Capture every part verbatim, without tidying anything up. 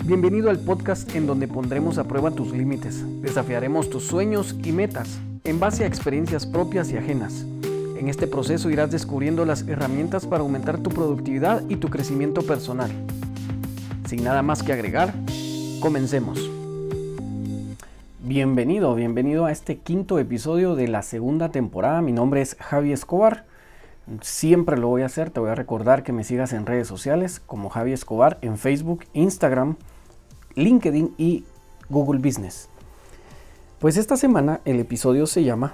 Bienvenido al podcast en donde pondremos a prueba tus límites, desafiaremos tus sueños y metas en base a experiencias propias y ajenas. En este proceso irás descubriendo las herramientas para aumentar tu productividad y tu crecimiento personal. Sin nada más que agregar, comencemos. Bienvenido, bienvenido a este quinto episodio de la segunda temporada. Mi nombre es Javi Escobar. Siempre lo voy a hacer, te voy a recordar que me sigas en redes sociales como Javi Escobar en Facebook, Instagram, LinkedIn y Google Business. Pues esta semana el episodio se llama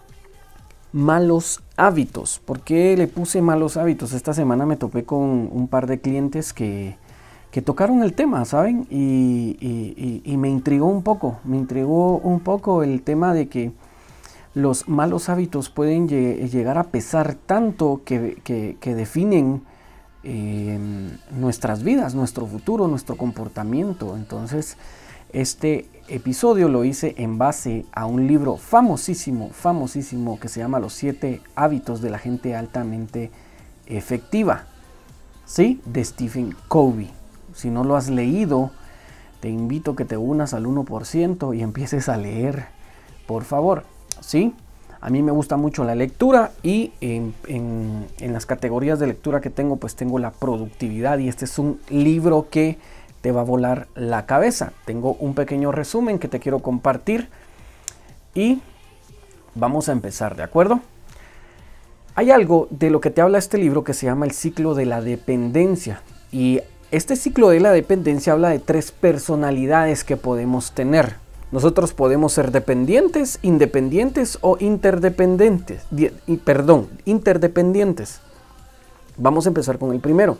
Malos hábitos. ¿Por qué le puse malos hábitos? Esta semana me topé con un par de clientes que, que tocaron el tema, ¿saben? Y, y, y, y me intrigó un poco, me intrigó un poco el tema de que los malos hábitos pueden lle- llegar a pesar tanto que, que, que definen eh, nuestras vidas, nuestro futuro, nuestro comportamiento. Entonces, este episodio lo hice en base a un libro famosísimo, famosísimo que se llama Los siete hábitos de la gente altamente efectiva, ¿sí? De Stephen Covey. Si no lo has leído, te invito a que te unas al uno por ciento y empieces a leer, por favor. ¿Sí? A mí me gusta mucho la lectura y en, en, en las categorías de lectura que tengo, pues tengo la productividad y este es un libro que te va a volar la cabeza. Tengo un pequeño resumen que te quiero compartir y vamos a empezar, ¿de acuerdo? Hay algo de lo que te habla este libro que se llama el ciclo de la dependencia y este ciclo de la dependencia habla de tres personalidades que podemos tener. Nosotros podemos ser dependientes, independientes o interdependientes. Perdón, interdependientes. Vamos a empezar con el primero.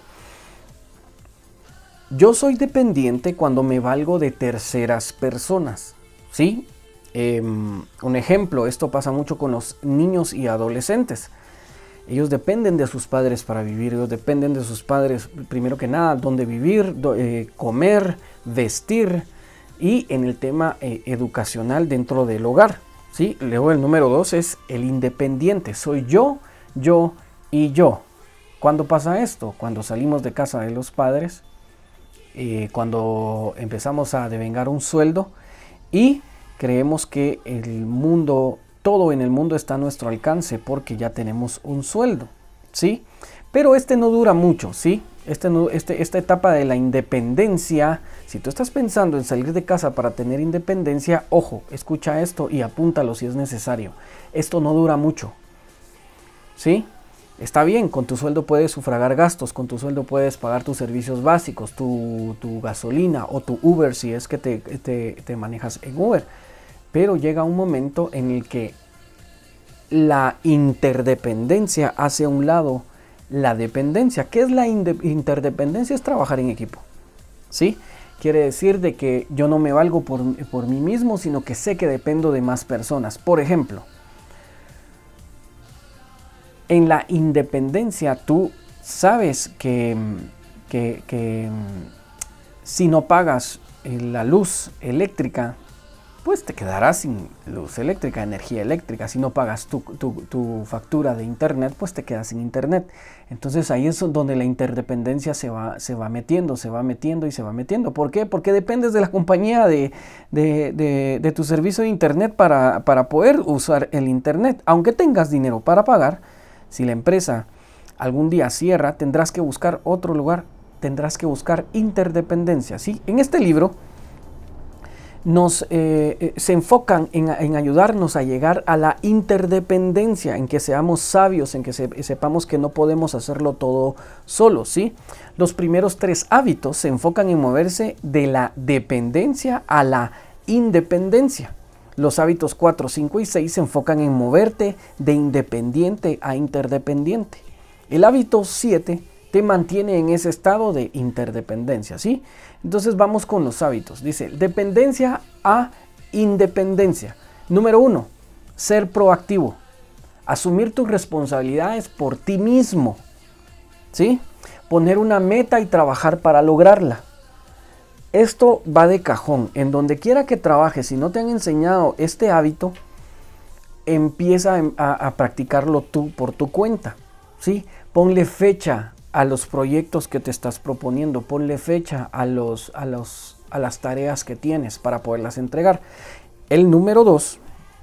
Yo soy dependiente cuando me valgo de terceras personas. ¿Sí? Eh, un ejemplo, esto pasa mucho con los niños y adolescentes. Ellos dependen de sus padres para vivir. Ellos dependen de sus padres, primero que nada, dónde vivir, do, eh, comer, vestir. Y en el tema eh, educacional dentro del hogar, ¿sí? Luego el número dos es el independiente. Soy yo, yo y yo. ¿Cuándo pasa esto? Cuando salimos de casa de los padres, eh, cuando empezamos a devengar un sueldo y creemos que el mundo, todo en el mundo está a nuestro alcance porque ya tenemos un sueldo, ¿sí? Pero este no dura mucho, ¿sí? Este, este, esta etapa de la independencia, si tú estás pensando en salir de casa para tener independencia, ojo, escucha esto y apúntalo si es necesario. Esto no dura mucho, ¿sí? Está bien, con tu sueldo puedes sufragar gastos, con tu sueldo puedes pagar tus servicios básicos, tu, tu gasolina o tu Uber si es que te, te, te manejas en Uber. Pero llega un momento en el que la interdependencia hace a un lado la dependencia. ¿Qué es la interdependencia? Es trabajar en equipo, ¿sí? Quiere decir de que yo no me valgo por, por mí mismo, sino que sé que dependo de más personas. Por ejemplo, en la independencia tú sabes que, que, que si no pagas la luz eléctrica, pues te quedarás sin luz eléctrica, energía eléctrica. Si no pagas tu, tu, tu factura de internet, pues te quedas sin internet. Entonces ahí es donde la interdependencia se va, se va metiendo, se va metiendo y se va metiendo. ¿Por qué? Porque dependes de la compañía de, de, de, de tu servicio de internet para, para poder usar el internet. Aunque tengas dinero para pagar, si la empresa algún día cierra, tendrás que buscar otro lugar, tendrás que buscar interdependencia, ¿sí? En este libro Nos, eh, se enfocan en, en ayudarnos a llegar a la interdependencia, en que seamos sabios, en que se, sepamos que no podemos hacerlo todo solos, ¿sí? Los primeros tres hábitos se enfocan en moverse de la dependencia a la independencia. Los hábitos cuatro, cinco y seis se enfocan en moverte de independiente a interdependiente. El hábito siete te mantiene en ese estado de interdependencia, ¿sí? Entonces vamos con los hábitos. Dice, dependencia a independencia. Número uno, ser proactivo. Asumir tus responsabilidades por ti mismo, ¿sí? Poner una meta y trabajar para lograrla. Esto va de cajón. En donde quiera que trabajes, si no te han enseñado este hábito, empieza a, a practicarlo tú por tu cuenta, ¿sí? Ponle fecha a los proyectos que te estás proponiendo, ponle fecha a los, a los, a las tareas que tienes para poderlas entregar. El número dos,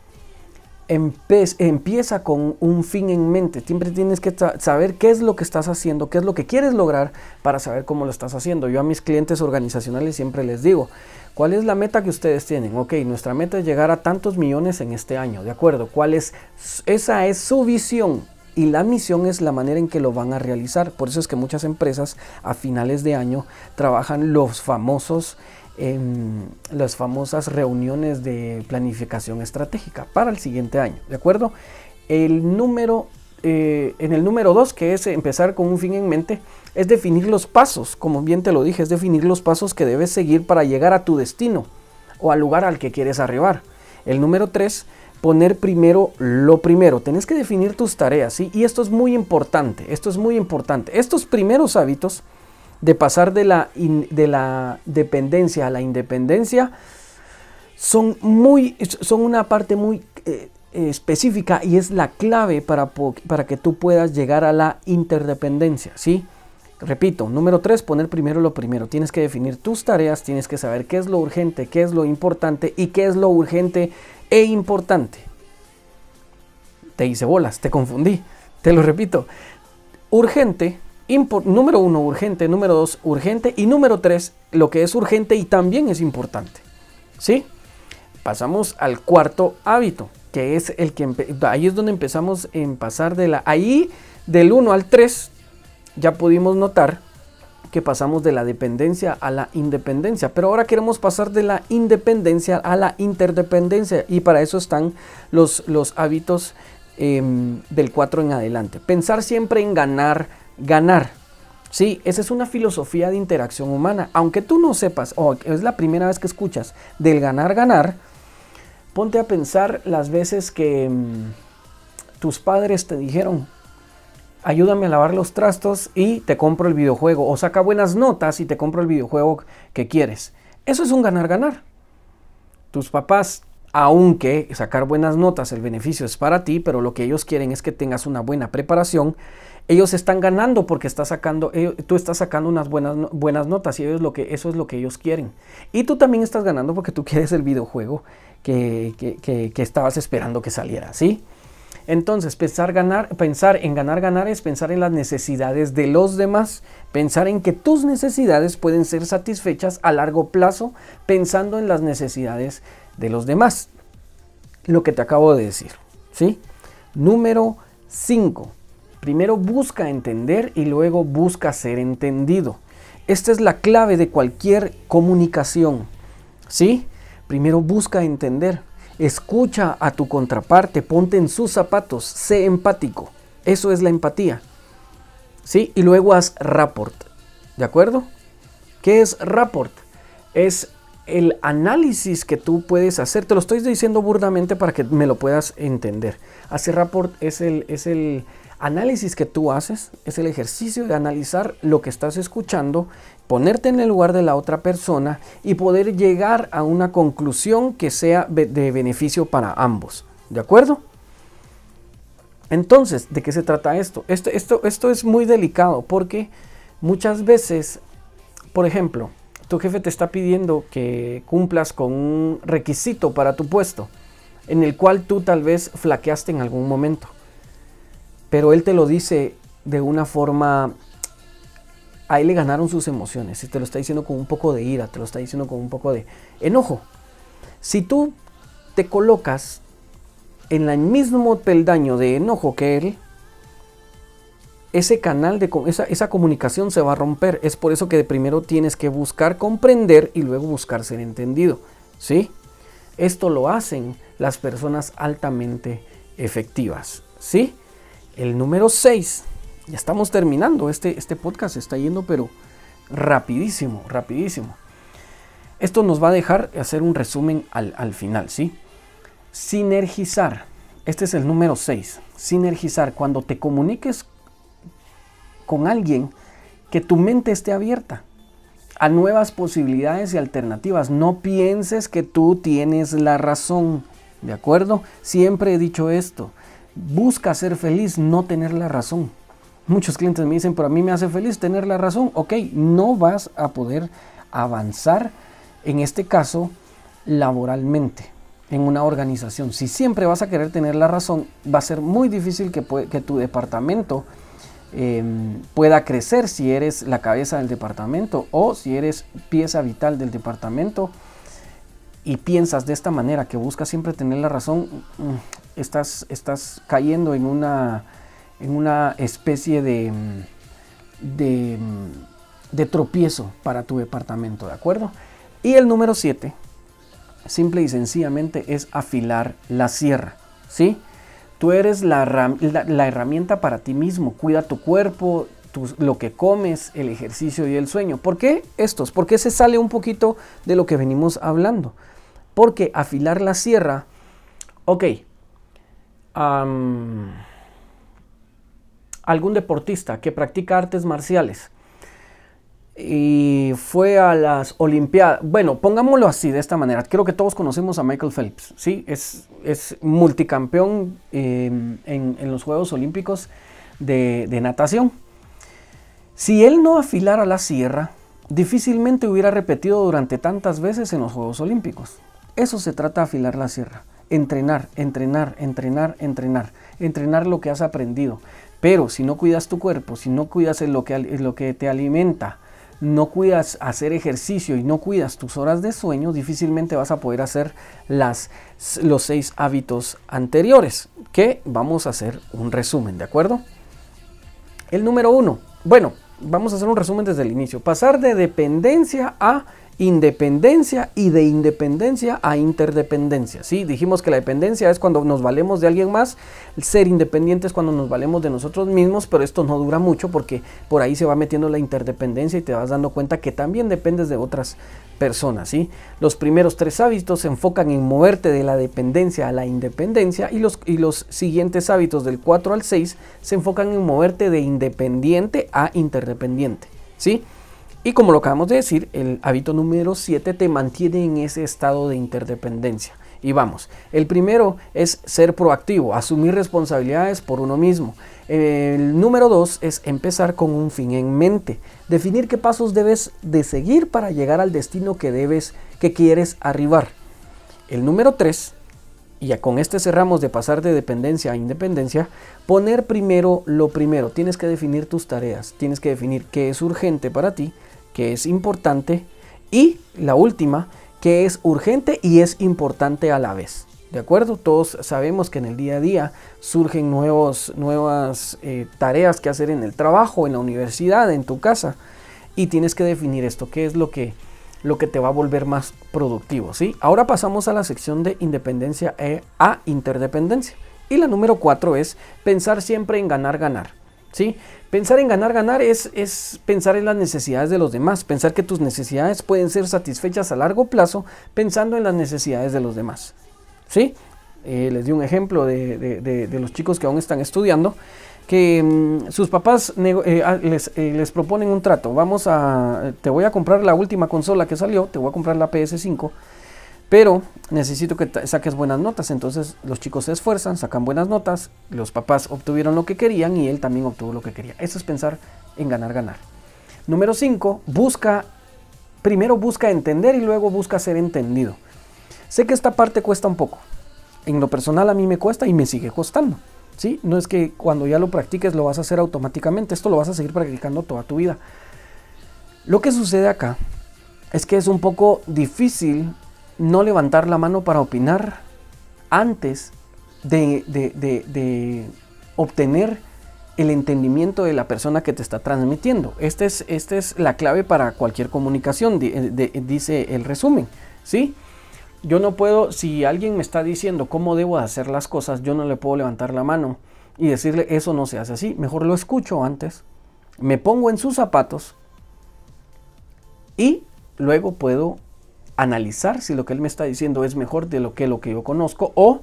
empieza con un fin en mente. Siempre tienes que saber qué es lo que estás haciendo, qué es lo que quieres lograr para saber cómo lo estás haciendo. Yo a mis clientes organizacionales siempre les digo, ¿cuál es la meta que ustedes tienen? Ok, nuestra meta es llegar a tantos millones en este año, ¿de acuerdo? ¿Cuál es? Esa es su visión y la misión es la manera en que lo van a realizar. Por eso es que muchas empresas a finales de año trabajan los famosos en las famosas reuniones de planificación estratégica para el siguiente año, ¿de acuerdo? El número, eh, en el número dos, que es empezar con un fin en mente, es definir los pasos, como bien te lo dije, es definir los pasos que debes seguir para llegar a tu destino o al lugar al que quieres arribar. El número tres, poner primero lo primero. Tenés que definir tus tareas, ¿sí? Y esto es muy importante, esto es muy importante. Estos primeros hábitos de pasar de la, in, de la dependencia a la independencia son, muy, son una parte muy eh, específica y es la clave para, para que tú puedas llegar a la interdependencia, ¿sí? Repito, número tres, poner primero lo primero. Tienes que definir tus tareas, tienes que saber qué es lo urgente, qué es lo importante y qué es lo urgente e importante. Te hice bolas, te confundí, te lo repito. Urgente, Impor- número uno, urgente. Número dos, urgente. Y número tres, lo que es urgente y también es importante. ¿Sí? Pasamos al cuarto hábito, que es el que... Ahí es donde empezamos en pasar de la... Ahí, del uno al tres, ya pudimos notar que pasamos de la dependencia a la independencia. Pero ahora queremos pasar de la independencia a la interdependencia. Y para eso están los, los hábitos eh, del cuatro en adelante. Pensar siempre en ganar, ganar, sí, esa es una filosofía de interacción humana. Aunque tú no sepas, o oh, es la primera vez que escuchas del ganar, ganar, ponte a pensar las veces que mmm, tus padres te dijeron, ayúdame a lavar los trastos y te compro el videojuego, o saca buenas notas y te compro el videojuego que quieres. Eso es un ganar, ganar. Tus papás, aunque sacar buenas notas, el beneficio es para ti, pero lo que ellos quieren es que tengas una buena preparación. Ellos están ganando porque está sacando, ellos, tú estás sacando unas buenas, buenas notas y ellos lo que, eso es lo que ellos quieren. Y tú también estás ganando porque tú quieres el videojuego que, que, que, que estabas esperando que saliera, ¿sí? Entonces, pensar, ganar, pensar en ganar, ganar es pensar en las necesidades de los demás. Pensar en que tus necesidades pueden ser satisfechas a largo plazo pensando en las necesidades de los demás. Lo que te acabo de decir, ¿sí? Número cinco. Primero busca entender y luego busca ser entendido. Esta es la clave de cualquier comunicación, ¿sí? Primero busca entender. Escucha a tu contraparte, ponte en sus zapatos, sé empático. Eso es la empatía, ¿sí? Y luego haz rapport, ¿de acuerdo? ¿Qué es rapport? Es el análisis que tú puedes hacer. Te lo estoy diciendo burdamente para que me lo puedas entender. Hacer rapport es el... Es el análisis que tú haces, es el ejercicio de analizar lo que estás escuchando, ponerte en el lugar de la otra persona y poder llegar a una conclusión que sea de beneficio para ambos. ¿De acuerdo? Entonces, ¿de qué se trata esto? Esto, esto, esto es muy delicado porque muchas veces, por ejemplo, tu jefe te está pidiendo que cumplas con un requisito para tu puesto, en el cual tú tal vez flaqueaste en algún momento. Pero él te lo dice de una forma, a él le ganaron sus emociones y te lo está diciendo con un poco de ira, te lo está diciendo con un poco de enojo. Si tú te colocas en el mismo peldaño de enojo que él, ese canal, de esa, esa comunicación se va a romper. Es por eso que primero tienes que buscar comprender y luego buscar ser entendido, ¿sí? Esto lo hacen las personas altamente efectivas, ¿sí? El número seis, ya estamos terminando, este, este podcast está yendo pero rapidísimo, rapidísimo. Esto nos va a dejar hacer un resumen al, al final, ¿sí? Sinergizar, este es el número seis, sinergizar, cuando te comuniques con alguien, que tu mente esté abierta a nuevas posibilidades y alternativas. No pienses que tú tienes la razón, ¿de acuerdo? Siempre he dicho esto. Busca ser feliz, no tener la razón. Muchos clientes me dicen, pero a mí me hace feliz tener la razón. Ok, no vas a poder avanzar en este caso, laboralmente, en una organización. Si siempre vas a querer tener la razón, va a ser muy difícil que, puede, que tu departamento eh, pueda crecer si eres la cabeza del departamento o si eres pieza vital del departamento y piensas de esta manera, que buscas siempre tener la razón. Estás, estás cayendo en una, en una especie de, de, de tropiezo para tu departamento, ¿de acuerdo? Y el número siete, simple y sencillamente, es afilar la sierra, ¿sí? Tú eres la, la, la herramienta para ti mismo. Cuida tu cuerpo, tu, lo que comes, el ejercicio y el sueño. ¿Por qué estos? Porque se sale un poquito de lo que venimos hablando. Porque afilar la sierra, ok, um, algún deportista que practica artes marciales y fue a las Olimpiadas, bueno, pongámoslo así, de esta manera, creo que todos conocemos a Michael Phelps, ¿sí? Es, es multicampeón eh, en, en los Juegos Olímpicos de, de natación. Si él no afilara la sierra, difícilmente hubiera repetido durante tantas veces en los Juegos Olímpicos. Eso se trata de afilar la sierra. Entrenar, entrenar, entrenar, entrenar. Entrenar lo que has aprendido. Pero si no cuidas tu cuerpo, si no cuidas lo que, lo que te alimenta, no cuidas hacer ejercicio y no cuidas tus horas de sueño, difícilmente vas a poder hacer las, los seis hábitos anteriores, que vamos a hacer un resumen, ¿de acuerdo? El número uno. Bueno, vamos a hacer un resumen desde el inicio. Pasar de dependencia a independencia y de independencia a interdependencia, ¿sí? Dijimos que la dependencia es cuando nos valemos de alguien más, el ser independiente es cuando nos valemos de nosotros mismos, pero esto no dura mucho porque por ahí se va metiendo la interdependencia y te vas dando cuenta que también dependes de otras personas, ¿sí? Los primeros tres hábitos se enfocan en moverte de la dependencia a la independencia y los, y los siguientes hábitos del cuatro al seis se enfocan en moverte de independiente a interdependiente, ¿sí? Y como lo acabamos de decir, el hábito número siete te mantiene en ese estado de interdependencia. Y vamos, el primero es ser proactivo, asumir responsabilidades por uno mismo. El número dos es empezar con un fin en mente, definir qué pasos debes de seguir para llegar al destino que debes, que quieres arribar. El número tres, y ya con este cerramos de pasar de dependencia a independencia, poner primero lo primero. Tienes que definir tus tareas, tienes que definir qué es urgente para ti, qué es importante y la última, que es urgente y es importante a la vez. ¿De acuerdo? Todos sabemos que en el día a día surgen nuevos, nuevas eh, tareas que hacer en el trabajo, en la universidad, en tu casa. Y tienes que definir esto, qué es lo que, lo que te va a volver más productivo, ¿sí? Ahora pasamos a la sección de independencia e a interdependencia. Y la número cuatro es pensar siempre en ganar, ganar. ¿Sí? Pensar en ganar, ganar es, es pensar en las necesidades de los demás, pensar que tus necesidades pueden ser satisfechas a largo plazo pensando en las necesidades de los demás, ¿sí? Eh, les di un ejemplo de, de, de, de los chicos que aún están estudiando, que mmm, sus papás eh, les, eh, les proponen un trato, vamos a, te voy a comprar la última consola que salió, te voy a comprar la P S cinco, pero necesito que saques buenas notas. Entonces los chicos se esfuerzan, sacan buenas notas, los papás obtuvieron lo que querían y él también obtuvo lo que quería. Eso es pensar en ganar, ganar. Número cinco, busca, primero busca entender y luego busca ser entendido. Sé que esta parte cuesta un poco. En lo personal a mí me cuesta y me sigue costando, ¿sí? No es que cuando ya lo practiques lo vas a hacer automáticamente, esto lo vas a seguir practicando toda tu vida. Lo que sucede acá es que es un poco difícil no levantar la mano para opinar antes de, de, de, de obtener el entendimiento de la persona que te está transmitiendo. Esta es, esta es la clave para cualquier comunicación, de, de, dice el resumen, ¿sí? Yo no puedo, si alguien me está diciendo cómo debo hacer las cosas, yo no le puedo levantar la mano y decirle eso no se hace así. Mejor lo escucho antes, me pongo en sus zapatos y luego puedo analizar si lo que él me está diciendo es mejor de lo que lo que yo conozco o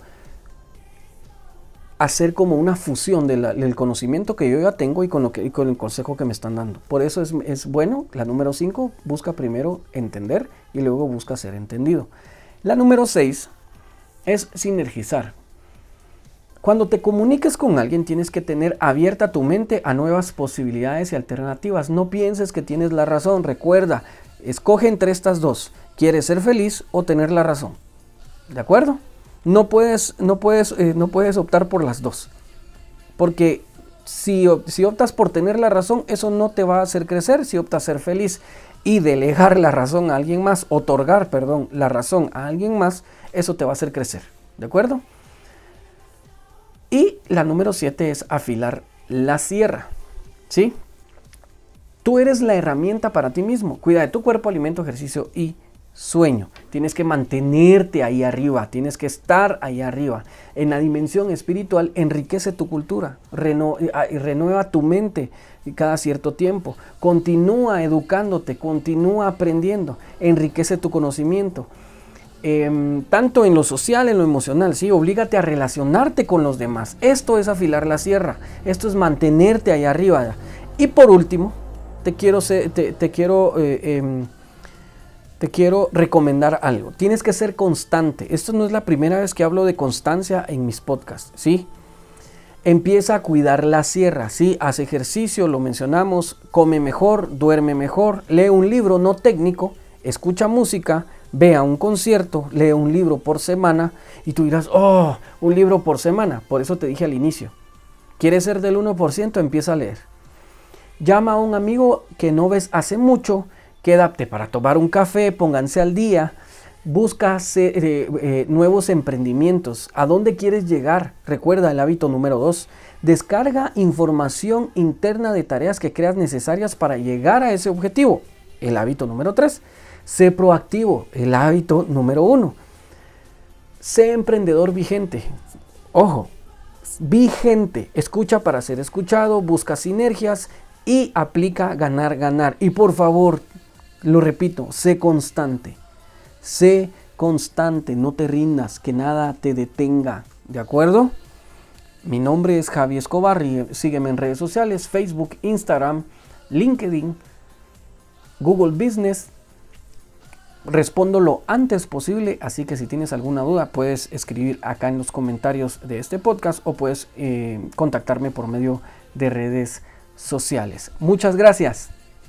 hacer como una fusión de la, del conocimiento que yo ya tengo y con, lo que, y con el consejo que me están dando. Por eso es, es bueno, la número cinco, busca primero entender y luego busca ser entendido. La número seis es sinergizar. Cuando te comuniques con alguien tienes que tener abierta tu mente a nuevas posibilidades y alternativas. No pienses que tienes la razón, recuerda, escoge entre estas dos. ¿Quieres ser feliz o tener la razón? ¿De acuerdo? No puedes, no puedes, eh, no puedes optar por las dos. Porque si, si optas por tener la razón, eso no te va a hacer crecer. Si optas a ser feliz y delegar la razón a alguien más, otorgar, perdón, la razón a alguien más, eso te va a hacer crecer. ¿De acuerdo? Y la número siete es afilar la sierra. ¿Sí? Tú eres la herramienta para ti mismo. Cuida de tu cuerpo, alimento, ejercicio y sueño. Tienes que mantenerte ahí arriba, tienes que estar ahí arriba. En la dimensión espiritual, enriquece tu cultura, reno, renueva tu mente cada cierto tiempo. Continúa educándote, continúa aprendiendo, enriquece tu conocimiento. Eh, tanto en lo social, en lo emocional, ¿sí? Oblígate a relacionarte con los demás. Esto es afilar la sierra, esto es mantenerte ahí arriba. Y por último, te quiero, te, te quiero eh, eh, Te quiero recomendar algo. Tienes que ser constante. Esto no es la primera vez que hablo de constancia en mis podcasts, ¿sí? Empieza a cuidar la sierra, ¿sí? Haz ejercicio, lo mencionamos, come mejor, duerme mejor, lee un libro no técnico, escucha música, ve a un concierto, lee un libro por semana y tú dirás, oh, un libro por semana. Por eso te dije al inicio. ¿Quieres ser del uno por ciento? Empieza a leer. Llama a un amigo que no ves hace mucho. Quédate para tomar un café, pónganse al día, busca eh, eh, nuevos emprendimientos. ¿A dónde quieres llegar? Recuerda el hábito número dos. Descarga información interna de tareas que creas necesarias para llegar a ese objetivo. El hábito número tres. Sé proactivo. El hábito número uno. Sé emprendedor vigente. Ojo, vigente. Escucha para ser escuchado, busca sinergias y aplica ganar, ganar. Y por favor, lo repito, sé constante, sé constante, no te rindas, que nada te detenga, ¿de acuerdo? Mi nombre es Javi Escobar y sígueme en redes sociales, Facebook, Instagram, LinkedIn, Google Business. Respondo lo antes posible, así que si tienes alguna duda puedes escribir acá en los comentarios de este podcast o puedes eh, contactarme por medio de redes sociales. Muchas gracias.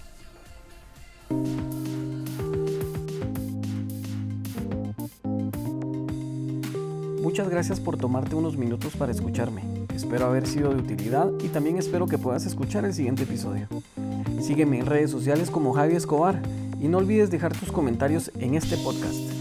Muchas gracias por tomarte unos minutos para escucharme. Espero haber sido de utilidad y también espero que puedas escuchar el siguiente episodio. Sígueme en redes sociales como Javi Escobar y no olvides dejar tus comentarios en este podcast.